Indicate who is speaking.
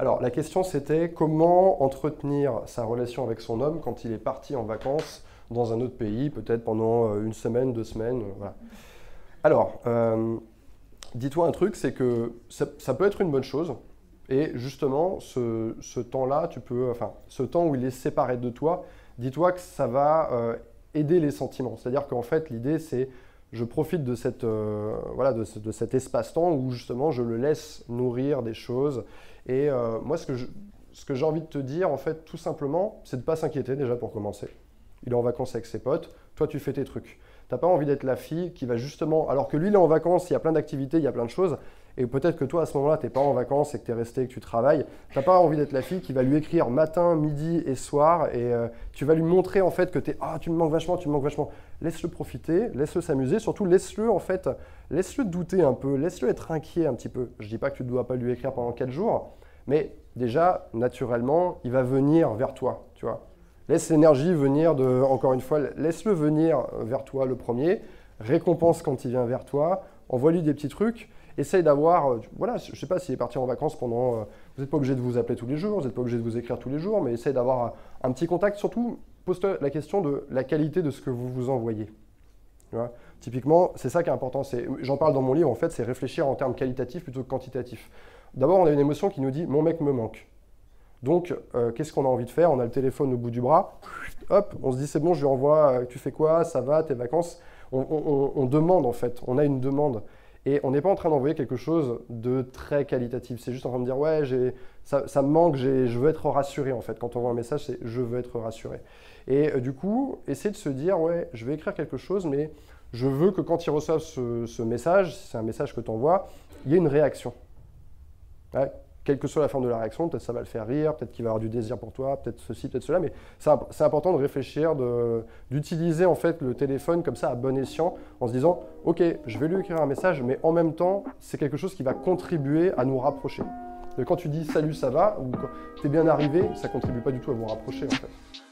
Speaker 1: Alors, la question c'était comment entretenir sa relation avec son homme quand il est parti en vacances dans un autre pays, peut-être pendant une semaine, 2 semaines, voilà. Alors, dis-toi un truc, c'est que ça peut être une bonne chose. Et justement, ce temps-là, enfin, ce temps où il est séparé de toi, dis-toi que ça va aider les sentiments. C'est-à-dire qu'en fait, l'idée, c'est je profite de voilà, de cet espace-temps où justement je le laisse nourrir des choses. Et moi, ce que j'ai envie de te dire, en fait, tout simplement, c'est de ne pas s'inquiéter déjà pour commencer. Il est en vacances avec ses potes, toi tu fais tes trucs. Tu n'as pas envie d'être la fille qui va justement, alors que lui il est en vacances, il y a plein d'activités, il y a plein de choses, et peut-être que toi à ce moment-là, tu n'es pas en vacances et que tu es resté, que tu travailles, tu n'as pas envie d'être la fille qui va lui écrire matin, midi et soir, et tu vas lui montrer en fait que tu me manques vachement, tu me manques vachement. Laisse-le profiter, laisse-le s'amuser, surtout laisse-le en fait, laisse-le douter un peu, laisse-le être inquiet un petit peu. Je ne dis pas que tu ne dois pas lui écrire pendant 4 jours, mais déjà, naturellement, il va venir vers toi, tu vois. Laisse l'énergie venir encore une fois, laisse-le venir vers toi le premier, récompense quand il vient vers toi, envoie-lui des petits trucs, essaye d'avoir, voilà, je ne sais pas s'il est parti en vacances pendant, vous n'êtes pas obligé de vous appeler tous les jours, vous n'êtes pas obligé de vous écrire tous les jours, mais essaye d'avoir un petit contact, surtout pose-toi la question de la qualité de ce que vous vous envoyez. Tu vois, typiquement, c'est ça qui est important, j'en parle dans mon livre en fait, c'est réfléchir en termes qualitatifs plutôt que quantitatifs. D'abord, on a une émotion qui nous dit « mon mec me manque ». Donc, qu'est-ce qu'on a envie de faire? On a le téléphone au bout du bras, hop, on se dit c'est bon, je lui envoie, tu fais quoi, ça va, tes vacances? On demande en fait, on a une demande. Et on n'est pas en train d'envoyer quelque chose de très qualitatif. C'est juste en train de dire ouais, ça me manque, je veux être rassuré en fait. Quand on voit un message, c'est je veux être rassuré. Et du coup, essayer de se dire ouais, je vais écrire quelque chose, mais je veux que quand il reçoive ce message, si c'est un message que tu envoies, il y ait une réaction. Ouais. Quelle que soit la forme de la réaction, peut-être ça va le faire rire, peut-être qu'il va avoir du désir pour toi, peut-être ceci, peut-être cela, mais c'est important de réfléchir, d'utiliser en fait le téléphone comme ça à bon escient, en se disant « Ok, je vais lui écrire un message, mais en même temps, c'est quelque chose qui va contribuer à nous rapprocher. » Quand tu dis « Salut, ça va » ou « T'es bien arrivé », ça ne contribue pas du tout à vous rapprocher en fait.